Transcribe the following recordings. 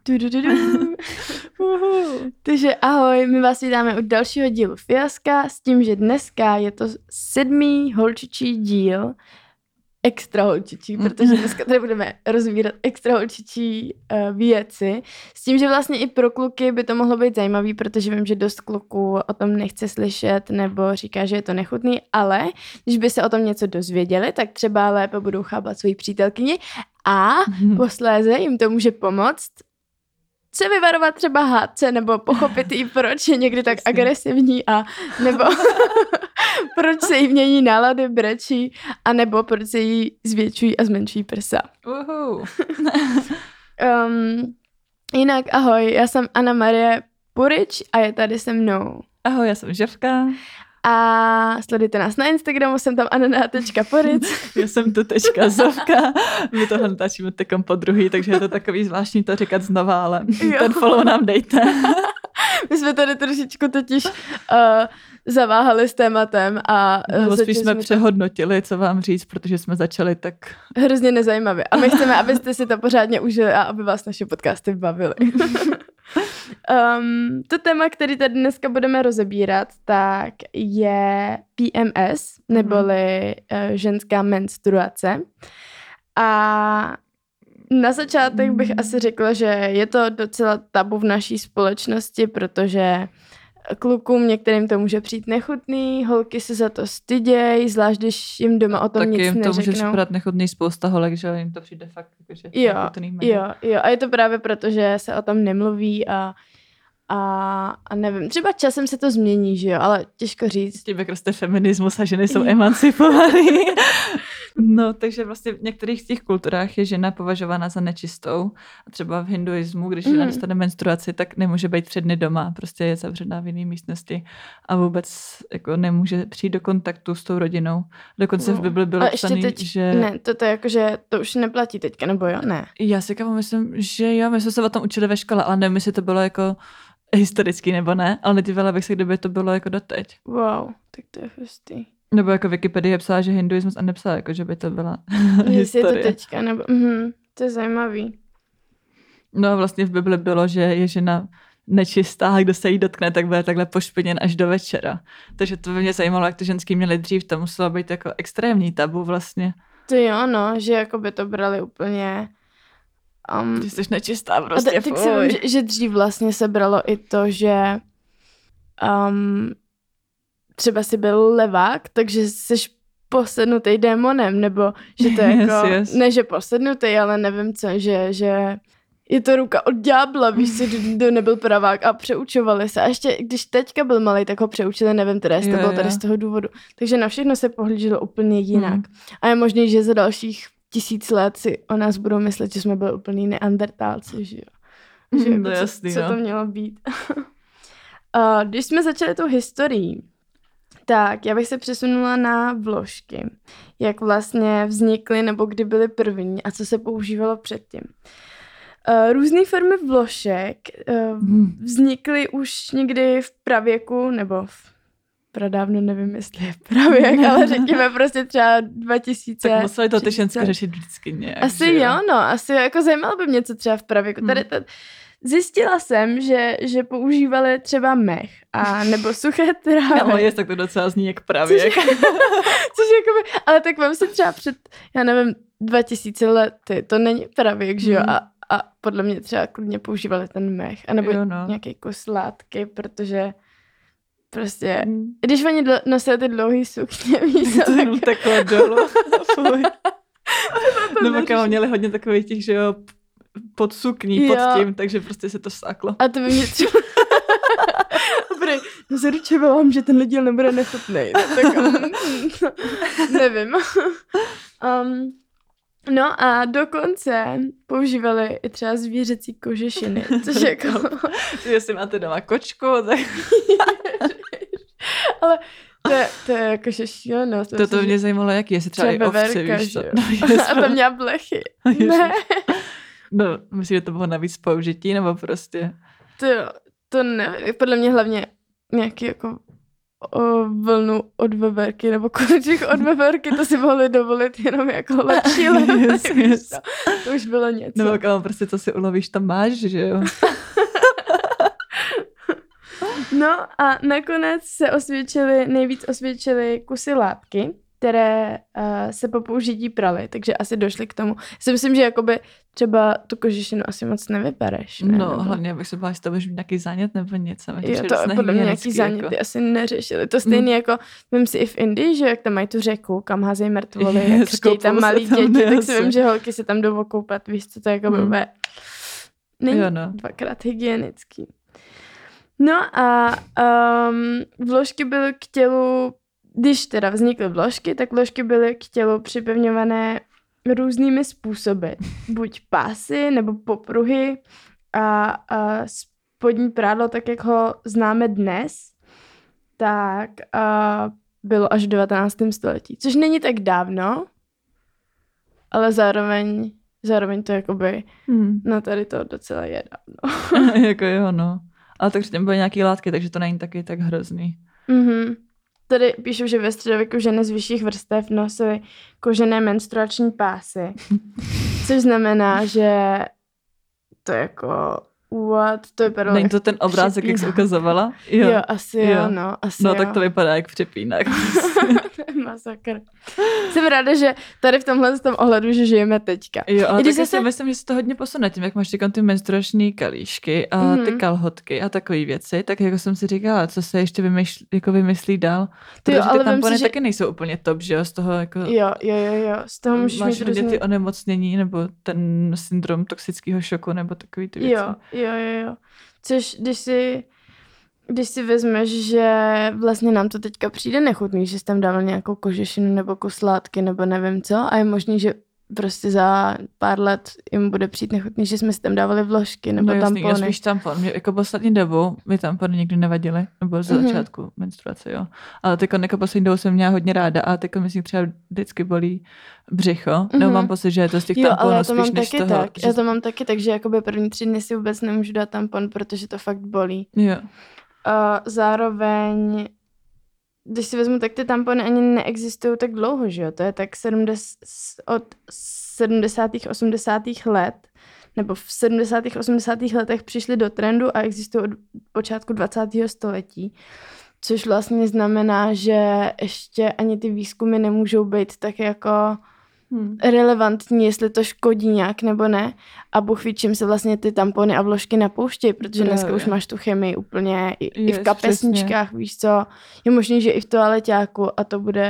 Takže ahoj, my vás vítáme u dalšího dílu Fiaska s tím, že dneska je to 7. holčičí díl, extra holčičí, protože dneska tady budeme rozvírat extra holčičí věci. S tím, že vlastně i pro kluky by to mohlo být zajímavý, protože vím, že dost kluků o tom nechce slyšet nebo říká, že je to nechutný, ale když by se o tom něco dozvěděli, tak třeba lépe budou chápat svoji přítelkyni a posléze jim to může pomoct se vyvarovat třeba hádce nebo pochopit i proč je někdy tak agresivní a nebo proč se jí mění nálady, brečí a nebo proč se jí zvětšují a zmenšují prsa. Jinak ahoj, já jsem Anna Marie Purič a je tady se mnou. Ahoj, já jsem Ževka. A sledujte nás na Instagramu, jsem tam anna.poric. Já jsem tu Zovka. My tohle natáčíme teďkom po druhý, takže je to takový zvláštní to říkat znova, ale ten follow nám dejte. My jsme tady trošičku totiž zaváhali s tématem a spíš jsme přehodnotili, co vám říct, protože jsme začali tak hrozně nezajímavě. A my chceme, abyste si to pořádně užili a aby vás naše podcasty bavily. To téma, který tady dneska budeme rozebírat, tak je PMS, neboli ženská menstruace. A na začátek bych asi řekla, že je to docela tabu v naší společnosti, protože klukům některým to může přijít nechutný, holky se za to stydějí, zvlášť když jim doma o tom nic neřeknou. Tak jim to může připadat nechutný spousta holek, že jim to přijde fakt jakože nechutný. Jo. A je to právě proto, že se o tom nemluví a nevím, třeba časem se to změní, že jo, ale těžko říct. Tím, jak roste feminismus a ženy jsou emancipovaný. No, takže vlastně v některých z těch kulturách je žena považována za nečistou. A třeba v hinduismu, když žena dostane menstruaci, tak nemůže být 3 dny doma, prostě je zavřená v jiné místnosti a vůbec jako nemůže přijít do kontaktu s tou rodinou. Dokonce v Bibli bylo psaný, že... Ne, to je jako, že to už neplatí teďka, nebo jo? Ne. Já si myslím, že jo, my jsme se o tom učili ve škole, ale nevím, jestli to bylo jako historický nebo ne, ale nedivila bych se, kdyby to bylo jako doteď. Wow, tak to je hustý. Nebo jako Wikipedie psala, že hinduismus a nepsala, jako že by to byla jestli je to teďka, nebo to je zajímavý. No a vlastně v Bibli bylo, že je žena nečistá a kdo se jí dotkne, tak bude takhle pošpiněn až do večera. Takže to by mě zajímalo, jak to ženský měli dřív, to muselo být jako extrémní tabu vlastně. To jo, no, že jako by to brali úplně... Že jsi nečistá prostě, tak si vím, že dřív vlastně se bralo i to, že třeba si byl levák, takže jsi posednutý démonem, nebo že to je jako, yes. Ne, že posednutý, ale nevím co, že je to ruka od ďábla, víš si, kdo nebyl pravák a přeučovali se. A ještě, když teďka byl malej, tak ho přeučili, nevím teda, jestli to bylo tady z toho důvodu. Takže na všechno se pohlíželo úplně jinak. A je možný, že za dalších 1000 let si o nás budou myslet, že jsme byli úplný neandertálci, že jo. Že jako jasný, co to mělo být. Když jsme začali tou historií, tak já bych se přesunula na vložky. Jak vlastně vznikly, nebo kdy byly první a co se používalo předtím. Různé formy vložek vznikly už někdy v pravěku, nebo pradávno, nevím, jestli je pravěk, ale řekněme prostě třeba 2000. Tak museli to ty ženské řešit vždycky nějak. Asi jo, no, asi jako zajímalo by mě, co třeba v pravěku. Zjistila jsem, že používali třeba mech a nebo suché trávy. Ale tak to docela zní jak pravěk. Což jakoby, ale tak vám si třeba před, já nevím, 2000 lety, to není pravěk, že jo, a podle mě třeba klidně používali ten mech, anebo nějaký kus látky, protože prostě, když oni nosili ty dlouhý sukně, víš, to jenom takhle dolů. Nebo kámo, měli hodně takových těch, že jo, pod sukní, pod tím, takže prostě se to sáklo. A to by mě třeba... Dobrý, zaručuju vám, že tenhle díl nebude nechutnej. Tak, nevím. No a dokonce používali i třeba zvířecí kožešiny, což jako... Jestli máte doma kočku, tak... Ale to je jakože šílenost. To mě zajímalo, jaký, jestli třeba i ovce, víš to. A tam měla blechy. Ne. No, myslím, že to bylo navíc použití, nebo prostě... To nevím, podle mě hlavně nějaký jako vlnu od veverky nebo kočích od veverky, to si mohli dovolit jenom jako lepší yes. To už bylo něco. Nebo kámo, prostě co si ulovíš, tam máš, že jo? No a nakonec se nejvíc osvědčily kusy látky, které se po použití praly, takže asi došli k tomu. Já si myslím, že jakoby třeba tu kožešinu asi moc nevypereš. Ne? No, hlavně abych se bála, že to budeš mít nějaký zánět nebo něco. Jo, to podle mě nějaký záněty asi neřešili. To stejně jako, vím si i v Indii, že jak tam mají tu řeku, kam házejí mrtvoly, jak chtějí tam malí děti, tak si vím, že holky se tam jdou okoupat, víš co, to je jako by není dvakrát hygienický. No a vložky byly k tělu, když teda vznikly vložky, tak vložky byly k tělu připevňované různými způsoby. Buď pásy nebo popruhy a spodní prádlo, tak jak ho známe dnes, tak bylo až v 19. století. Což není tak dávno, ale zároveň to jakoby na tady to docela je dávno. Jako jo, no. Ale takže tam byly nějaký látky, takže to není taky tak hrozný. Mhm. Tady píšu, že ve středověku ženy z vyšších vrstev nosily kožené menstruační pásy. Což znamená, že to jako to vypadalo. Není to ten obrázek, jak jsi ukazovala? Jo, asi jo, no. No tak to vypadá jak přepínak. Masakr. Jsem ráda, že tady v tomhle ohledu, že žijeme teďka. Jo, ale taky si myslím, že se to hodně posune tím, jak máš ty menstruační kalíšky a ty kalhotky a takové věci, tak jako jsem si říkala, co se ještě vymyslí dál. Protože ty tampony taky nejsou úplně top, že jo, z toho jako... Jo, z toho můžeš máš mít hodně ty onemocnění nebo ten syndrom toxického šoku nebo takový ty věci. Jo. Což když si vezmeš, že vlastně nám to teďka přijde nechutný, že jsi tam dával nějakou kožešinu nebo kus látky nebo nevím co a je možný, že prostě za pár let jim bude přijít nechutný, že jsme si tam dávali vložky nebo tampony. Já spíš tampon. Mě jako poslední dobu mi tampony nikdy nevadily, nebo za začátku menstruace, jo. Ale teď jako poslední dobu jsem měla hodně ráda a teď myslím třeba vždycky bolí břicho, nebo mám pocit, že je to z těch tamponů spíš než toho. Tak. Já to mám taky tak, že jakoby první 3 dny si vůbec nemůžu dát tampon, protože to fakt bolí. Jo. Zároveň, když si vezmu, tak ty tampony ani neexistují tak dlouho, že jo? To je tak od 70. 80. let, nebo v 70. 80. letech přišli do trendu a existují od počátku 20. století, což vlastně znamená, že ještě ani ty výzkumy nemůžou být tak jako relevantní, jestli to škodí nějak nebo ne. A Bůh ví, čím se vlastně ty tampony a vložky napouštějí, protože dneska už máš tu chemii úplně i v kapesničkách, přesně. Víš co. Je možný, že i v toaleťáku a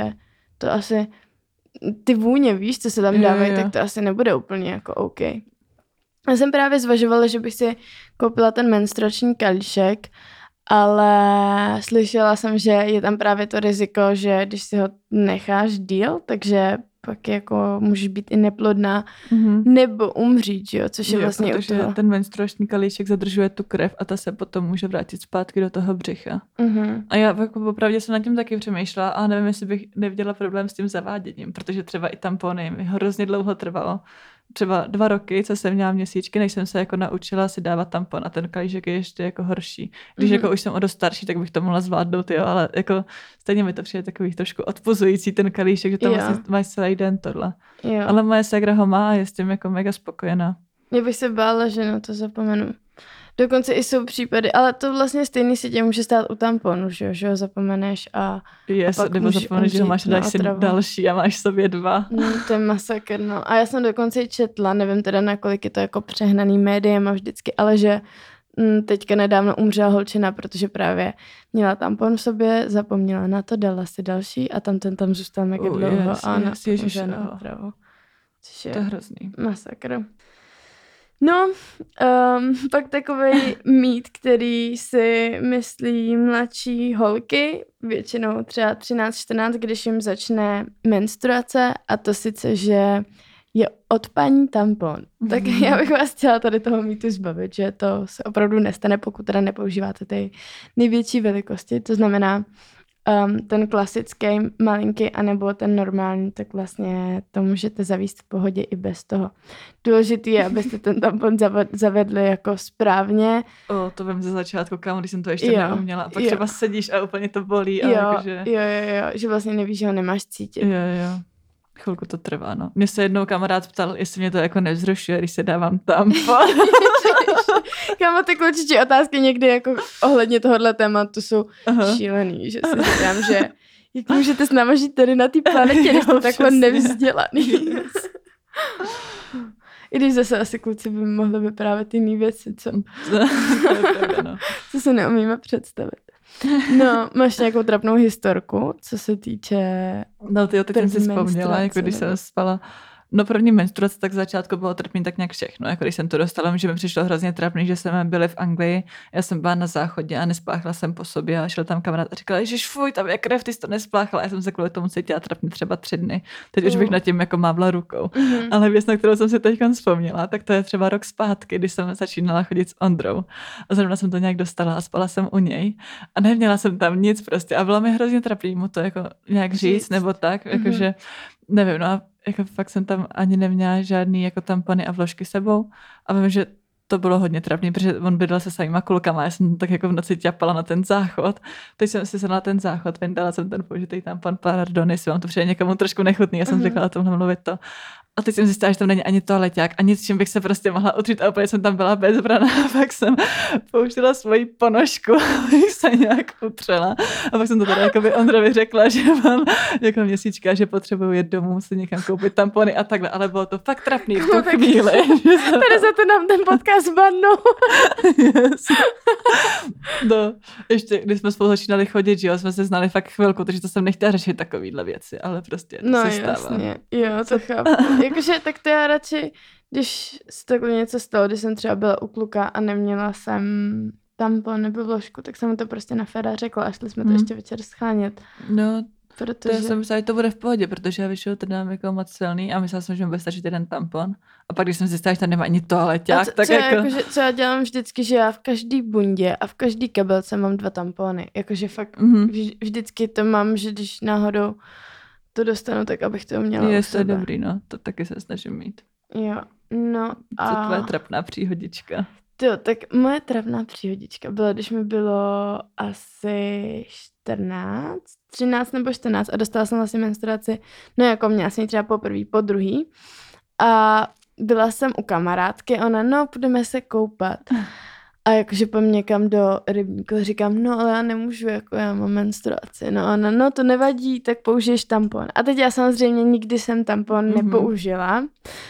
to asi ty vůně, víš, co se tam dávají, tak to asi nebude úplně jako OK. Já jsem právě zvažovala, že bych si koupila ten menstruační kalíšek, ale slyšela jsem, že je tam právě to riziko, že když si ho necháš díl, takže pak jako můžeš být i neplodná nebo umřít, jo, což je vlastně protože ten menstruační kalíšek zadržuje tu krev a ta se potom může vrátit zpátky do toho břicha. A já jako opravdu jsem nad tím taky přemýšlela a nevím, jestli bych neviděla problém s tím zaváděním, protože třeba i tampony mi hrozně dlouho trvalo. Třeba 2 roky, co jsem měla měsíčky, než jsem se jako naučila si dávat tampon a ten kalíšek je ještě jako horší. Když jako už jsem o dost starší, tak bych to mohla zvládnout, jo, ale jako stejně mi to přijde takový trošku odpuzující ten kalíšek, že tam vlastně máš celý den tohle. Jo. Ale moje ségra ho má a je s tím jako mega spokojená. Já bych se bála, že to zapomenu. Dokonce i jsou případy, ale to vlastně stejný si tě může stát u tamponu, že ho zapomeneš a pak nebo zapomeneš, že ho máš další a máš sobě 2. To je masakr, no. A já jsem dokonce i četla, nevím teda nakolik je to jako přehnaný médiem a vždycky, ale že teďka nedávno umřela holčina, protože právě měla tampon v sobě, zapomněla na to, dala si další a tam zůstal mega dlouho a na otravu. To je hrozný. Masakr. No, pak takovej mýt, který si myslí mladší holky, většinou třeba 13-14, když jim začne menstruace a to sice, že je odpaní tampon. Tak já bych vás chtěla tady toho mýtu zbavit, že to se opravdu nestane, pokud teda nepoužíváte ty největší velikosti. To znamená, ten klasický malinký anebo ten normální, tak vlastně to můžete zavíst v pohodě i bez toho. Důležitý je, abyste ten tampon zavedli jako správně. To vím ze začátku, kámo, když jsem to ještě neuměla. A pak třeba sedíš a úplně to bolí. Jo, že vlastně nevíš, že ho nemáš cítit. Jo. Chvilku to trvá, no. Mě se jednou kamarád ptal, jestli mě to jako nevzrušuje, když se dávám tampon. Kámo, ty klučičí otázky někdy jako ohledně tohohle tématu jsou šílený, že si říkám, že jak můžete s náma žít tady na té planetě, když jste takhle nevzdělaný. I když zase asi kluci by mohli vyprávět jiný věci, co se neumíme představit. No, máš nějakou trapnou historku, co se týče... No, ty jsem si vzpomněla, jako když jsem spala. No první menstruace, tak v začátku bylo trpný tak nějak všechno. Jako když jsem to dostala, že mi přišlo hrozně trapný, že jsme byli v Anglii, já jsem byla na záchodě a nespláchla jsem po sobě a šel tam kamarád a říkal, ježiš, fuj, tam je krev, ty jsi to nespláchla. Já jsem se kvůli tomu cítila trapný třeba 3 dny. Teď už bych nad tím jako mávla rukou. Ale věc, na kterou jsem si teď vzpomněla, tak to je třeba rok zpátky, když jsem začínala chodit s Ondrou. A zrovna jsem to nějak dostala a spala jsem u něj a neměla jsem tam nic prostě a bylo mi hrozně trapný mu to jako nějak říct nebo tak, jakože nevím, no a jako fakt jsem tam ani neměla žádný jako tampony a vložky sebou a vím, že to bylo hodně trapný, protože on bydlel se svýma klukama, já jsem tak jako v noci ťapala na ten záchod, teď jsem si sedla na ten záchod, vyndala jsem ten použitý tampon, pardon, jestli vám to přijde někomu trošku nechutný, já jsem zvykla o tomhle mluvit to. A teď jsem zjistila, že tam není ani toaleťák, ani s čím bych se prostě mohla utřít a úplně jsem tam byla bezbraná a pak jsem použila svoji ponožku, abych se nějak utřela. A pak jsem to tady jakoby Ondrovi řekla, že mám jako měsíčka, že potřebuju jet domů, si někam koupit tampony a takhle, ale bylo to fakt trapný v tu chvíli. Tady za to nám ten podcast bannou. Yes. No, ještě když jsme spolu začínali chodit, že jo, jsme se znali fakt chvilku, takže to jsem nechtěla řešit takovýhle věci, ale prostě to se stává. Jasně. Jo, to chápu. Jakože tak to já radši, když se takhle něco stalo, když jsem třeba byla u kluka a neměla jsem tampon nebo vložku, tak jsem mu to prostě na féra řekla a šli jsme to ještě večer schánět. No, protože... to jsem myslela, že to bude v pohodě, protože já vyšel ten nám jako moc silný a myslela jsem, že mi bude stačit jeden tampon. A pak když jsem zjistila, že tam nemá ani toaleťák, tak jako... Co já dělám vždycky, že já v každý bundě a v každý kabelce mám 2 tampony. Jakože fakt vždycky to mám, že když náhodou to dostanu, tak abych to měla u sebe. To je dobrý, no. To taky se snažím mít. Jo, no a... Co tvoje trapná příhodička? Tak moje trapná příhodička byla, když mi bylo asi 13 nebo 14 a dostala jsem vlastně menstruaci, no jako měla jsem ji třeba poprvý, po druhý a byla jsem u kamarádky, ona, půjdeme se koupat. A jakože pojďme někam do rybníku, říkám, ale já nemůžu, jako já mám menstruaci. No ona, to nevadí, tak použiješ tampon. A teď já samozřejmě nikdy jsem tampon nepoužila.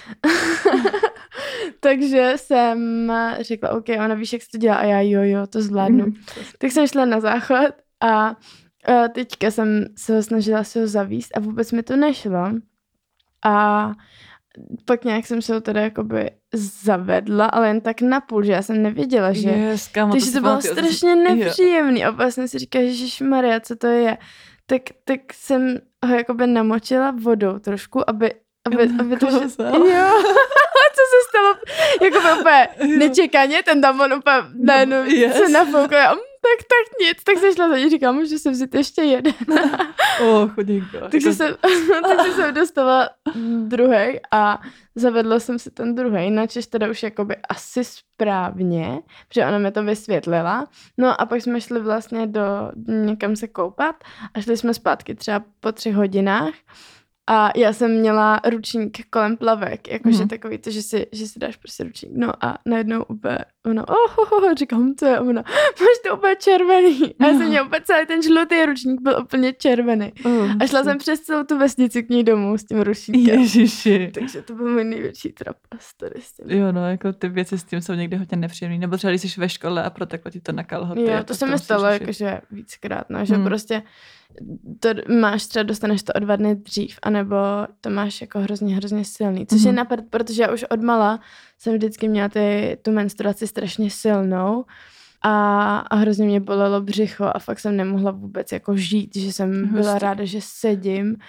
Takže jsem řekla, OK, ona víš, jak se to dělá a já jo, to zvládnu. Tak jsem šla na záchod a teďka jsem se ho snažila si ho zavíst a vůbec mi to nešlo. A pak nějak jsem se ho teda jakoby zavedla, ale jen tak napůl, že já jsem nevěděla, že... Takže to bylo strašně nepříjemný. A pak jsem si říkala, ježišmarja, co to je? Tak jsem ho jakoby namočila vodou trošku, aby to... Jo, co se stalo? Jakoby úplně nečekaně, ten tampon úplně najednou se nafoukl. Tak nic, tak jsem šla za ní, říkám, můžu se vzít ještě jeden. Chudinko. Takže jsem dostala druhej a zavedla jsem si ten druhej, načež teda už jakoby asi správně, protože ona mi to vysvětlila. No a pak jsme šli vlastně někam se koupat a šli jsme zpátky třeba po 3 hodinách. A já jsem měla ručník kolem plavek, jakože takový to, že si dáš prostě ručník. No a najednou úplně ona, říkám, co je ona, máš to úplně červený. A já jsem měla úplně celý ten žlutý ručník, byl úplně červený. A šla jsem přes celou tu vesnici k ní domů s tím ručníkem. Ježiši. Takže to byl můj největší trapas tady s tím. Jo, no, jako ty věci s tím jsou někdy hodně nepříjemný. Nebo třeba když jsi ve škole a proteklo ti to na kalhoty. Jo, to se mi stalo jakože víckrát, no, že prostě to máš třeba, dostaneš to o 2 dny dřív, anebo to máš jako hrozně silný. Což je napad, protože já už odmala jsem vždycky měla tu menstruaci strašně silnou a hrozně mě bolelo břicho a fakt jsem nemohla vůbec jako žít, že jsem byla ráda, že sedím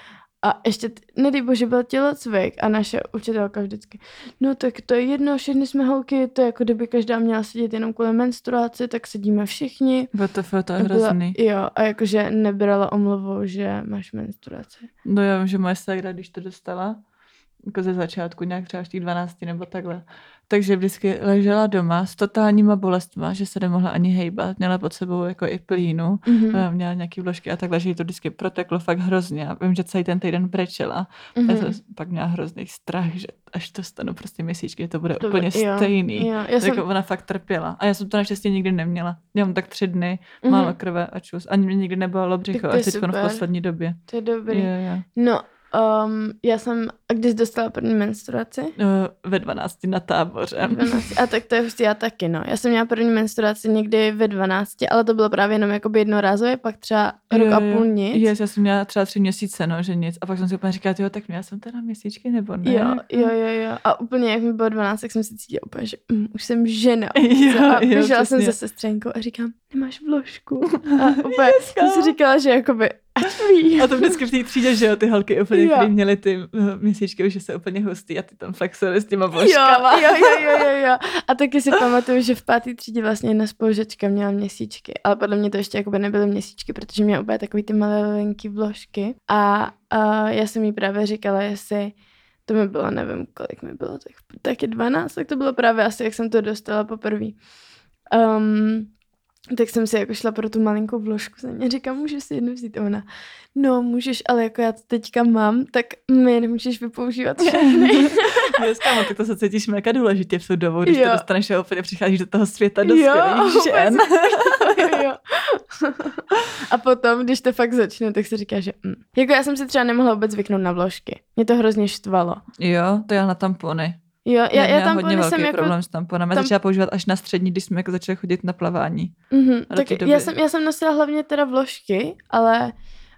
A ještě, nedej bože, byl tělocvik a naše učitelka vždycky, no tak to je jedno, všechny jsme holky, to je jako kdyby každá měla sedět jenom kvůli menstruaci, tak sedíme všichni. WTF, to je hrozný. Jo, a jakože nebrala omluvu, že máš menstruaci. No já vím, že moje ségra, když to dostala, jako ze začátku, nějak třeba v těch 12 nebo takhle, takže vždycky ležela doma s totálníma bolestma, že se nemohla ani hejbat, měla pod sebou jako i plínu, měla nějaký vložky a takhle, že jí to vždycky proteklo fakt hrozně. A vím, že celý ten týden brečela. Já jsem pak měla hrozný strach, že až to stanu prostě měsíčky, to bude úplně stejný. Jo. Jako ona fakt trpěla. A já jsem to naštěstí nikdy neměla. Já mám tak 3 dny, málo krve a čus. Ani mě nikdy nebolelo břicho, až teď v poslední době. To je dobrý. Jo. No, já jsem, a když jsi dostala první menstruaci? Ve 12 na táboře. 12. A tak to je hustý, já taky, no. Já jsem měla první menstruaci někdy ve 12, ale to bylo právě jenom jakoby jednorázově, pak třeba rok a půl nic. Já jsem měla třeba 3 měsíce, no, že nic. A pak jsem si úplně říkala, tak měla jsem teda měsíčky, nebo ne? Jo. A úplně jak mi bylo 12, tak jsem si cítila úplně, že už jsem žena. A běžela jsem se sestřenkou a říkám, nemáš vložku. A úplně jsem si říkala, že jakoby ať ví. A to vždycky v té třídě, že jo, ty holky úplně, které měly ty měsíčky, už se úplně hustý a ty tam flexovaly s těma vložkama. Jo. A taky si pamatuju, že v 5. třídě vlastně jedna spolužačka měla měsíčky, ale podle mě to ještě jakoby nebyly měsíčky, protože měla úplně takový ty malenký vložky. A já jsem jí právě říkala, jestli to mi bylo, nevím, kolik mi bylo, taky 12, tak to bylo právě asi, jak jsem to dostala poprvé. Tak jsem si jako šla pro tu malinkou vložku za mě. Říkám, můžeš si jednu vzít? Ona, no můžeš, ale jako já to teďka mám, tak mi nemůžeš vypoužívat všechny. Kámo, tak to se cítíš mega důležitě v sudovou, když to dostaneš a úplně přicházíš do toho světa dospělých žen. Jo. A potom, když to fakt začne, tak si říká, že jako já jsem si třeba nemohla vůbec zvyknout na vložky. Mě to hrozně štvalo. Jo, to já na tampony. Jo, já tam hodně velký jsem problém s tamponem. Já začala používat až na střední, když jsme jako začali chodit na plavání. Tak já jsem nosila hlavně teda vložky, ale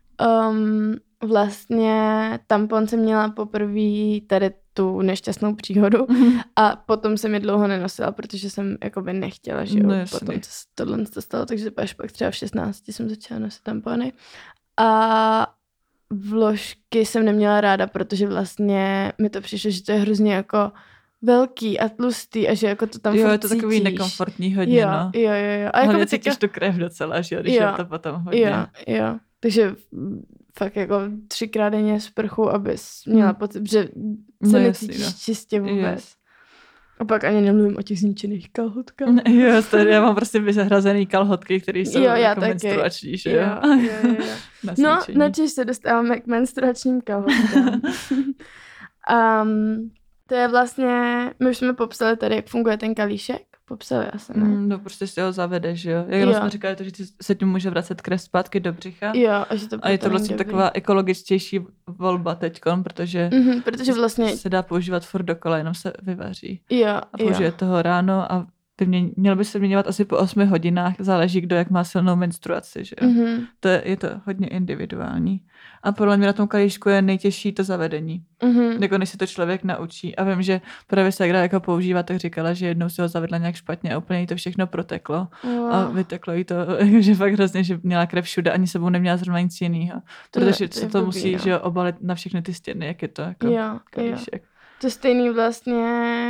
vlastně tampon jsem měla poprvé tady tu nešťastnou příhodu a potom jsem je dlouho nenosila, protože jsem jakoby nechtěla, že jo, potom tohle to stalo, takže až pak třeba v 16 jsem začala nosit tampony. A vložky jsem neměla ráda, protože vlastně mi to přišlo, že to je hrozně jako velký a tlustý a že jako to tam jo, je to takový nekomfortní hodně, no. Jo. A hlavně cítíš tu krev docela, že jo, když je to potom hodně. Jo. Takže fakt jako 3krát denně sprchu, abys měla pocit, že se necítíš čistě vůbec. A pak ani nemluvím o těch zničených kalhotkách. Jo, já mám prostě vyhrazený kalhotky, které jsou jako menstruační, že jo? No, načež se dostáváme k menstruačním kalhotkám. To je vlastně, my už jsme popsali tady, jak funguje ten kalíšek. Popsali asi, ne? No, prostě si ho zavedeš, že jo? Jak jsme říkali, to, že se tím může vracet krev zpátky do břicha. Jo, a je to vlastně taková ekologičtější volba teďkon, protože vlastně se dá používat furt dokola, jenom se vyvaří. Jo, a použije toho ráno a měl by se vyměňovat asi po 8 hodinách, záleží, kdo jak má silnou menstruaci, že jo. Je to hodně individuální. A podle mě na tom kalíšku je nejtěžší to zavedení. Jako než se to člověk naučí. A vím, že právě Sagra jako používá, tak říkala, že jednou si ho zavedla nějak špatně a úplně jí to všechno proteklo. Wow. A vyteklo jí to, že fakt hrozně, že měla krev všude, ani sebou neměla zrovna nic jinýho. Protože co to musí, že jo, obalit na všechny ty stěny, jak je to jako kalíšek. To stejný vlastně...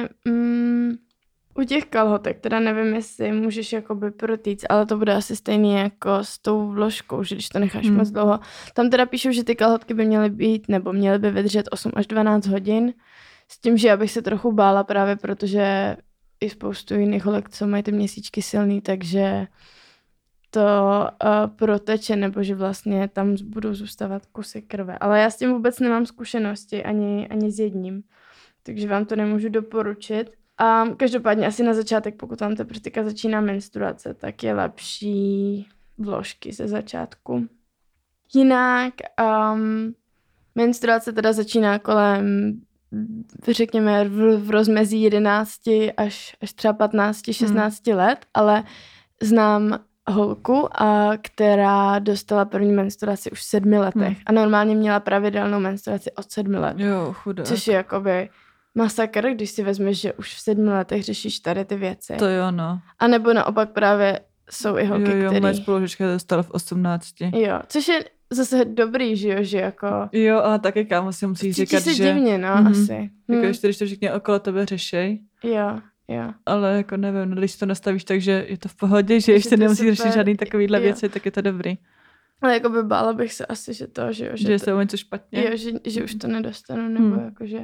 U těch kalhotek, teda nevím, jestli můžeš jakoby protýct, ale to bude asi stejný jako s tou vložkou, že když to necháš moc dlouho. Tam teda píšou, že ty kalhotky by měly být, nebo měly by vydržet 8 až 12 hodin, s tím, že já bych se trochu bála právě, protože i spoustu jiných holek, co mají ty měsíčky silný, takže to proteče, nebo že vlastně tam budou zůstávat kusy krve. Ale já s tím vůbec nemám zkušenosti, ani s jedním, takže vám to nemůžu doporučit. A každopádně asi na začátek, pokud vám teprve začíná menstruace, tak je lepší vložky ze začátku. Jinak menstruace teda začíná kolem, řekněme, v rozmezí 11 až třeba 15, 16 let, ale znám holku, která dostala první menstruaci už v 7 letech a normálně měla pravidelnou menstruaci od 7 let. Jo, chudák. Což je jakoby masakr, když si vezmeš, že už v 7 letech řešíš tady ty věci. To jo, no. A nebo naopak právě jsou i holky, který... Jo, moje spolužečka dostala v 18. Jo, což je zase dobrý, že jo, že jako... Jo, ale taky kámo si musíš říkat, se že... divně, no, asi. Jako ještě, když to všichni okolo tebe řešej. Jo. Ale jako nevím, no, když si to nastavíš tak, že je to v pohodě, že ještě nemusíš řešit žádný takovýhle věci, tak je to dobrý. Ale jako by bála bych se asi, že to, že jo. Že se o něco špatně. Jo, že už to nedostanu, nebo jakože...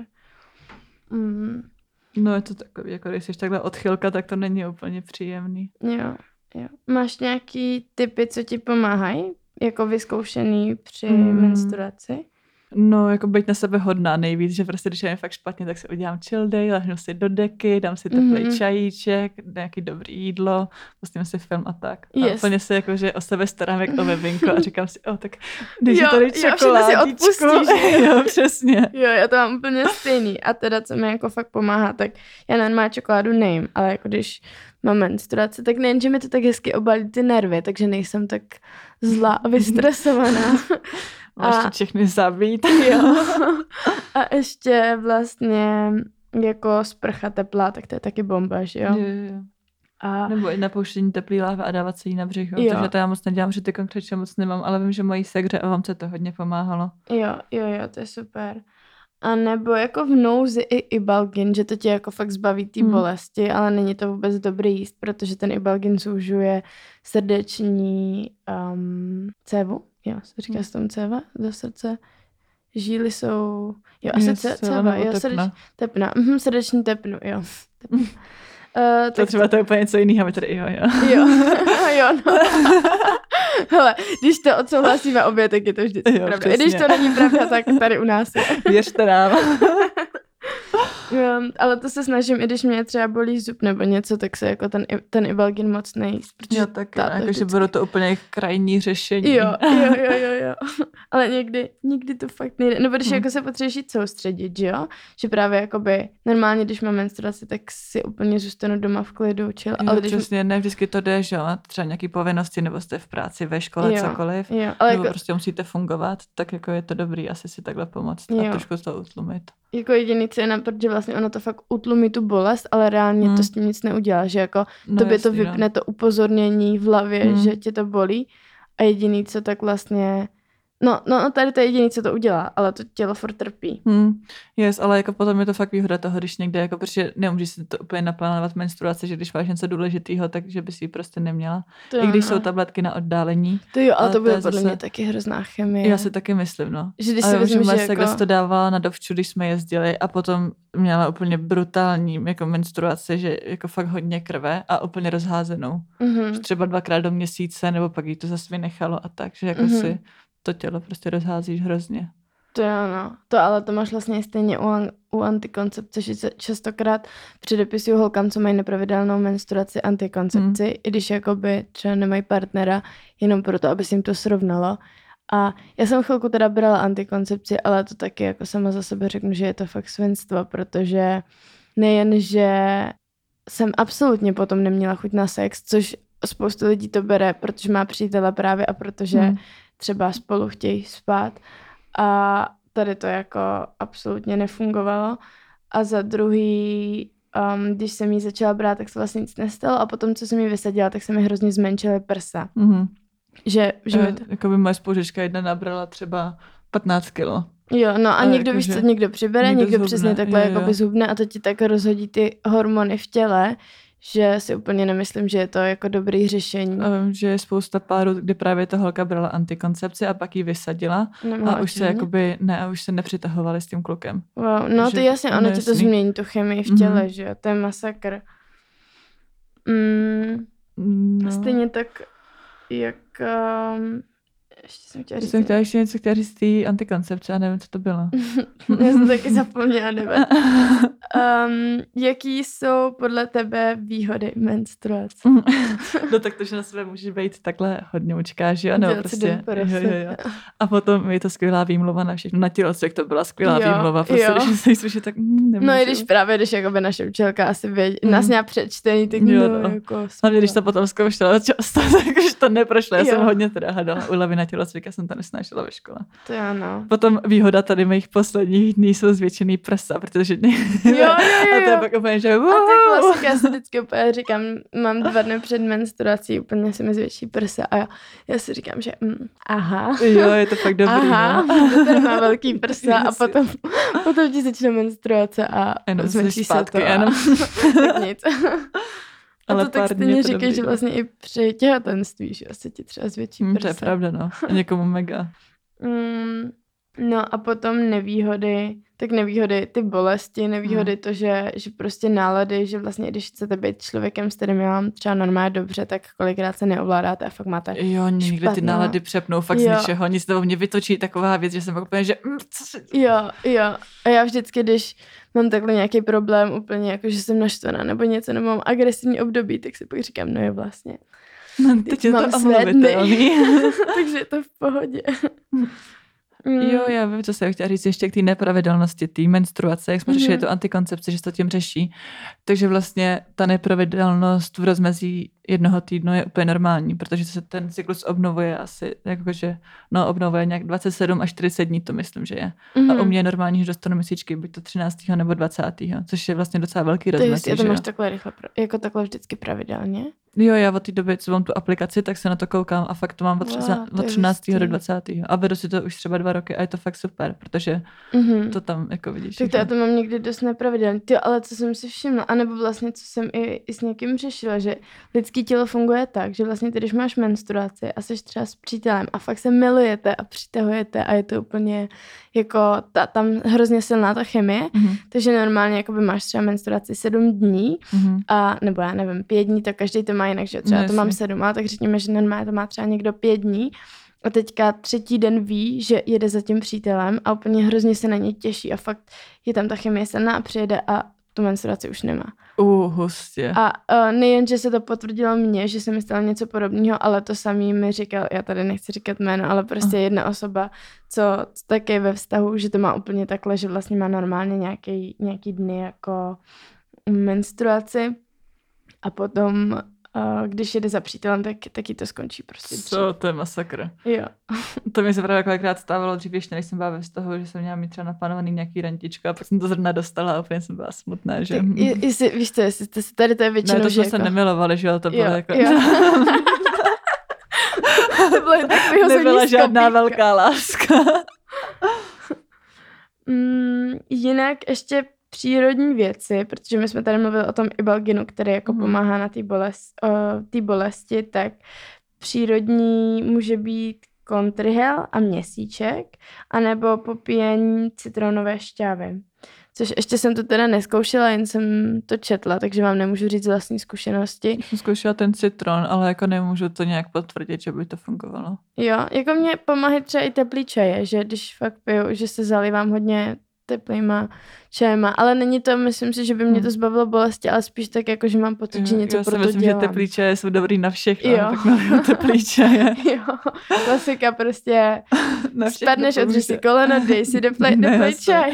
No je to takový, jako když jsi takhle odchylka, tak to není úplně příjemný. Jo. Máš nějaký tipy, co ti pomáhají? Jako vyzkoušený při menstruaci? No, jako být na sebe hodná nejvíc, že prostě, když je mi fakt špatně, tak si udělám chill day, lehnu si do deky, dám si teplý čajíček, nějaký dobrý jídlo, pustím si film a tak. A úplně se jakože o sebe starám jak o bebinko a říkám si, tak když je tady čokoládičku. Jo, přesně. Jo, já to mám úplně stejný. A teda, co mi jako fakt pomáhá, tak já normálně čokoládu nejím, ale jako když mám menstruaci, tak nejen, že mi to tak hezky obalí ty nervy, takže nejsem tak zlá a vystresovaná. Ještě všechny zabít. Jo. A ještě vlastně jako sprcha teplá, tak to je taky bomba, že jo? Jo. A... Nebo i napouštění teplý lávy a dávat se jí na břicho. Takže to já moc nedělám, že ty konkrétně moc nemám, ale vím, že mojí segře a vám se to hodně pomáhalo. Jo, to je super. A nebo jako v nouzi i Ibalgin, že to tě jako fakt zbaví té bolesti, ale není to vůbec dobrý jíst, protože ten Ibalgin zúžuje srdeční cévu. Jo, se říká s tom céva do srdce. Žíly jsou... Jo, asi céva, jo, tepna. Srdeční tepnu, jo. To třeba to je úplně něco jiného, my tady jo. No. Hele, když to odsouhlasíme obě, tak je to vždycky pravda. Přesně. I když to není pravda, tak tady u nás je. Věřte nám. Ale to se snažím, i když mě třeba bolí zub nebo něco, tak se jako ten Ibalgin moc nejíst. Jo, tak jakože beru to úplně krajní řešení. Jo. Ale někdy to fakt nejde. Nebo když jako se potřebuješ jít soustředit, že jo? Že právě jakoby normálně, když mám menstruaci, tak si úplně zůstanu doma v klidu, chill. Jo, ale přesně, ne vždycky to jde, že jo? Třeba nějaký povinnosti, nebo jste v práci, ve škole, cokoliv. Jo. Ale nebo jako... prostě musíte fungovat, tak jako je to dobrý asi si takhle pomoct a trošku to utlumit. Jako jediný, co je na to, že vlastně ono to fakt utlumí tu bolest, ale reálně to s tím nic neudělá, že jako tobě to vypne to upozornění v hlavě, že tě to bolí a jediný, co tak vlastně, no tady to je jediný, co to udělá, ale to tělo furt trpí. Ale jako potom je to fakt výhoda toho, když někde, jako protože nemůžeš si to úplně naplánovat menstruace, že když máš něco důležitého, takže bys ji prostě neměla. I když jsou tabletky na oddálení. To jo, ale to bude podle mě taky hrozná chemie. Já si taky myslím, no. Že když si vezmeš, že jako... to dávala na dovču, když jsme jezdili a potom měla úplně brutální jako menstruaci, že jako fakt hodně krve a úplně rozházenou. Že třeba 2krát do měsíce, nebo pak jí to zase vynechalo a tak, že jako si to tělo prostě rozházíš hrozně. To jo, no. To ale to máš vlastně stejně u antikoncepce, že častokrát předepisují holkám, co mají nepravidelnou menstruaci, antikoncepci, i když jakoby třeba nemají partnera, jenom proto, aby se jim to srovnalo. A já jsem chvilku teda brala antikoncepci, ale to taky jako sama za sebe řeknu, že je to fakt svinstvo, protože nejen, že jsem absolutně potom neměla chuť na sex, což spoustu lidí to bere, protože má přítele právě a protože třeba spolu chtějí spát. A tady to jako absolutně nefungovalo. A za druhý, když jsem ji začala brát, tak se vlastně nic nestalo a potom, co jsem ji vysadila, tak se mi hrozně zmenšily prsa. Že jakoby moje spolužečka jedna nabrala třeba 15 kilo. Jo, no a někdo, víš co, někdo přibere, někdo přesně takhle jakoby zhubne a to ti tak rozhodí ty hormony v těle, že si úplně nemyslím, že je to jako dobrý řešení. Že je spousta párů, kde právě ta holka brala antikoncepci a pak ji vysadila a už se jakoby, a už se nepřitahovali s tím klukem. Wow, no to jasně, ono ti to změní tu chemii v těle, že jo, to je masakr. Stejně tak, jak... Ještě jsem chtěla ještě něco říct té antikoncepce a nevím, co to bylo. Já jsem taky zapomněla, nevím. Jaký jsou podle tebe výhody menstruace? No tak to, že na sebe můžeš být takhle hodně učká, že jo? No, prostě, jo. A potom je to skvělá výmluva na všechno. Na tělocvik to byla skvělá výmluva. Prostě, když se slyší, tak nemůžu. No i když jakoby naše učitelka asi nás měla přečtený, tak jako hlavně když to potom zkoušela často, tak už to neprošlo. Já jsem hodně teda hádala úlevy na tělocviku. tělocvik, jsem to nesnášela ve škole. To ano. Potom výhoda tady mých posledních dní jsou zvětšený prsa, protože Jo. A to je pak úplně, že A to je klasika, já si vždycky úplně říkám, mám 2 dny před menstruací, úplně se mi zvětší prsa a já si říkám, že aha. Jo, je to fakt dobrý. Aha, to tady má velký prsa a potom ti začne menstruace a zmenší se to. Tak nic. Ale to tak stejně říkáš, že vlastně i při těhotenství, že se ti třeba zvětší prsa. To je pravda, no. A někomu mega. No a potom nevýhody, ty bolesti, nevýhody to, že prostě nálady, že vlastně když chcete být člověkem, s kterým já mám třeba normálně dobře, tak kolikrát se neovládáte a fakt máte Jo, někdy ty nálady přepnou fakt z ničeho, nic toho mě vytočí taková věc, že jsem úplně, že co se... Jo. A já vždycky, když mám takhle nějaký problém úplně, jako že jsem naštvaná nebo něco, nebo mám agresivní období, tak si pak říkám, no je vlastně. Teď je to omluvitelný. Takže je to v pohodě. Jo, já vím, co jsem chtěla říct ještě k té nepravidelnosti, té menstruace, jak jsme řešili tu antikoncepci, že se to tím řeší. Takže vlastně ta nepravidelnost v rozmezí 1 týdnu je úplně normální, protože se ten cyklus obnovuje asi, jakože, obnovuje nějak 27 až 40 dní, to myslím, že je. A u mě je normální, že dostanu měsíčky, buď to 13. nebo 20. Což je vlastně docela velký rozmezí. To máš takhle rychle, jako takhle vždycky pravidelně? Jo, já od té doby, co mám tu aplikaci, tak se na to koukám a fakt to mám od 13. do 20. A vedu si to už třeba 2 roky a je to fakt super, protože to tam jako vidíš. Tak to já to mám někdy dost nepravidelně. Ale co jsem si všimla, anebo vlastně co jsem i s někým řešila, že lidský tělo funguje tak, že vlastně ty, když máš menstruaci a jsi třeba s přítelem a fakt se milujete a přitahujete a je to úplně jako tam hrozně silná ta chemie, takže normálně jakoby máš třeba menstruaci 7 dní a nebo já nevím, 5 dní, to každý to má jinak, že třeba to mám 7, ale tak řekněme, že normálně to má třeba někdo 5 dní a teďka 3. den ví, že jede za tím přítelem a úplně hrozně se na něj těší a fakt je tam ta chemie silná a přijede a tu menstruaci už nemá. Hustě. A nejen, že se to potvrdilo mně, že jsem myslela něco podobného, ale to samý mi říkal, já tady nechci říkat jméno, ale prostě jedna osoba, co taky ve vztahu, že to má úplně takhle, že vlastně má normálně nějaký dny jako menstruaci a potom když jede za přítelem, tak jí to skončí prostě. Co? To je masakr. Jo. To mi se právě kolikrát stávalo dřív, ještě než jsem byla ve vztahu, že jsem měla mít třeba naplánovaný nějaký rantičko a pak jsem to zrovna dostala a úplně jsem byla smutná, že... Víš co, jestli jste se tady to je většinou, ne, to jsme jako... se nemilovali, že jo, to bylo jako... To bylo takovýho nebyla žádná velká láska. Jinak ještě přírodní věci, protože my jsme tady mluvili o tom ibalginu, který jako pomáhá na té bolesti, tak přírodní může být kontrihel a měsíček, anebo popíjení citronové šťávy. Což ještě jsem to teda neskoušela, jen jsem to četla, takže vám nemůžu říct z vlastní zkušenosti. Jsem zkoušela ten citron, ale jako nemůžu to nějak potvrdit, že by to fungovalo. Jo, jako mě pomáhají třeba i teplý čaje, že když fakt piju, že se zalívám hodně teplýma čajema, ale není to, myslím si, že by mě to zbavilo bolesti, ale spíš tak jako, že mám pocit, že něco pro to dělám. Já si myslím, že teplý čaje jsou dobrý na všechno, tak naliju teplý čaje. Jo, klasika prostě spadneš, odřeš si koleno, dej si teplý čaj.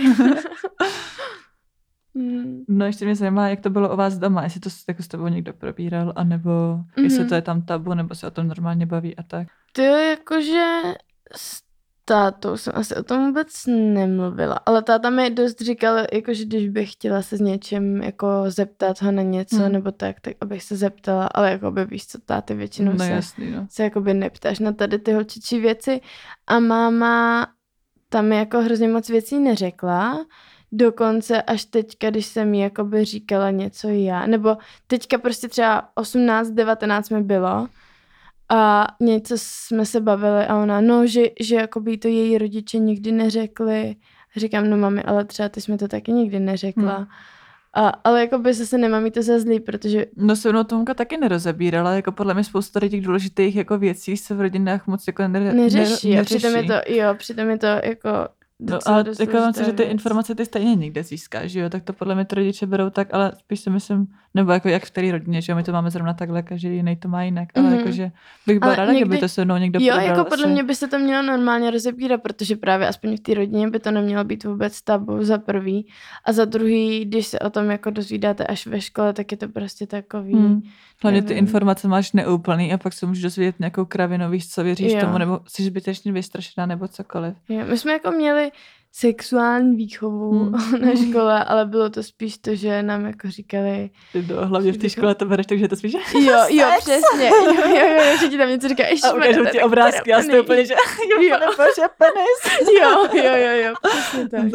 No ještě mě zajímá, jak to bylo u vás doma, jestli to jako s tebou někdo probíral, anebo jestli to je tam tabu, nebo se o tom normálně baví a tak. To je jakože tátou jsem asi o tom vůbec nemluvila, ale táta mi dost říkal, jakože když bych chtěla se s něčím jako zeptat ho na něco nebo tak abych se zeptala, ale jakoby víš co, táty většinou se jakoby neptáš na tady ty holčičí věci a máma tam jako hrozně moc věcí neřekla, dokonce až teďka, když jsem jí jakoby říkala něco já, nebo teďka prostě třeba 18, 19 mi bylo a něco jsme se bavili a ona, že jakoby to její rodiče nikdy neřekli. Říkám, no mami, ale třeba ty jsme to taky nikdy neřekla. Ale jakoby zase nemám jí to za zlý, protože... No se mnou Tomka taky nerozebírala, jako podle mě spoustu tady těch důležitých jako věcí se v rodinách moc jako neřeší. A přitom je to jako No a jako mám si, že ty informace ty stejně někde získáš, že jo, tak to podle mě to rodiče berou tak, ale spíš si myslím, nebo jako jak v té rodině, že jo, my to máme zrovna takhle, každý jiný to má jinak, ale jakože bych byla ráda, kdyby to se mnou někdo probral. Jo, jako podle mě by se to mělo normálně rozebírat, protože právě aspoň v té rodině by to nemělo být vůbec tabu za prvý a za druhý, když se o tom jako dozvídáte až ve škole, tak je to prostě takový. Hlavně ty informace máš neúplný a pak se můžeš dozvědět nějakou kravinu, víš, co věříš tomu, nebo jsi zbytečně vystrašená, nebo cokoliv. Jo, my jsme jako měli sexuální výchovu na škole, ale bylo to spíš to, že nám jako říkali... Hlavně v té škole to bereš, takže to spíš... Jo, přesně. Jo, že ti tam něco říká, ještě. A ukážou ti obrázky a jste úplně, že bože, penis. Jo, přesně tak.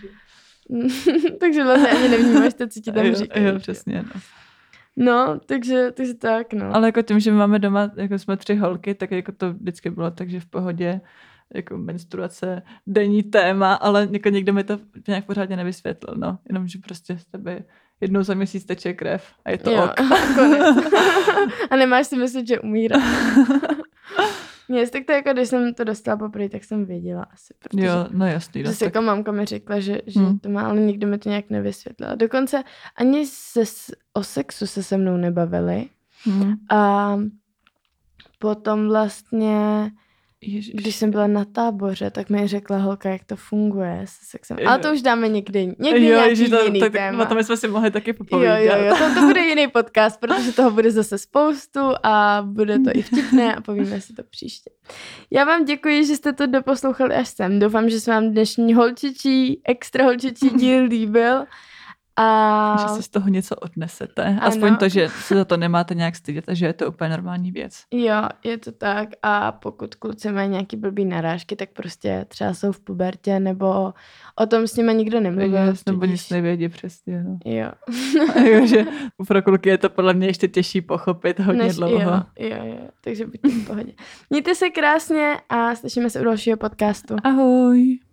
Takže vlastně ani nevnímáš to, co ti tam říkají. Jo, přesně, no. No, takže tak, no. Ale jako tím, že máme doma, jako jsme 3 holky, tak jako to vždycky bylo, takže v pohodě, jako menstruace, denní téma, ale jako někdo mi to nějak pořádně nevysvětlil, no. Jenom, že prostě z tebe jednou za měsíc teče krev a je to ok. A nemáš si myslet, že umírá. Tak to jako, když jsem to dostala poprvé, tak jsem věděla asi. Protože jo, no jasný. Zase jako mamka mi řekla, že to má, ale nikdo mi to nějak nevysvětlila. Dokonce ani o sexu se mnou nebavili. A potom vlastně, když jsem byla na táboře, tak mi řekla holka, jak to funguje se sexem. Ale to už dáme někdy nějaký jiný téma. O tom jsme si mohli taky popovídat. Jo, to bude jiný podcast, protože toho bude zase spoustu a bude to i vtipné a povíme si to příště. Já vám děkuji, že jste to doposlouchali až sem. Doufám, že se vám dnešní extra holčičí díl líbil. A... že si z toho něco odnesete. Aspoň to, že se za to nemáte nějak stydět a že je to úplně normální věc. Jo, je to tak. A pokud kluci mají nějaký blbý narážky, tak prostě třeba jsou v pubertě, nebo o tom s nima nikdo nemluvil. Nebo nic nevědí přesně. No. Jo. Takže pro kluky je to podle mě ještě těžší pochopit hodně dlouho. Jo. Takže buďte v pohodě. Mějte se krásně a slyšíme se u dalšího podcastu. Ahoj.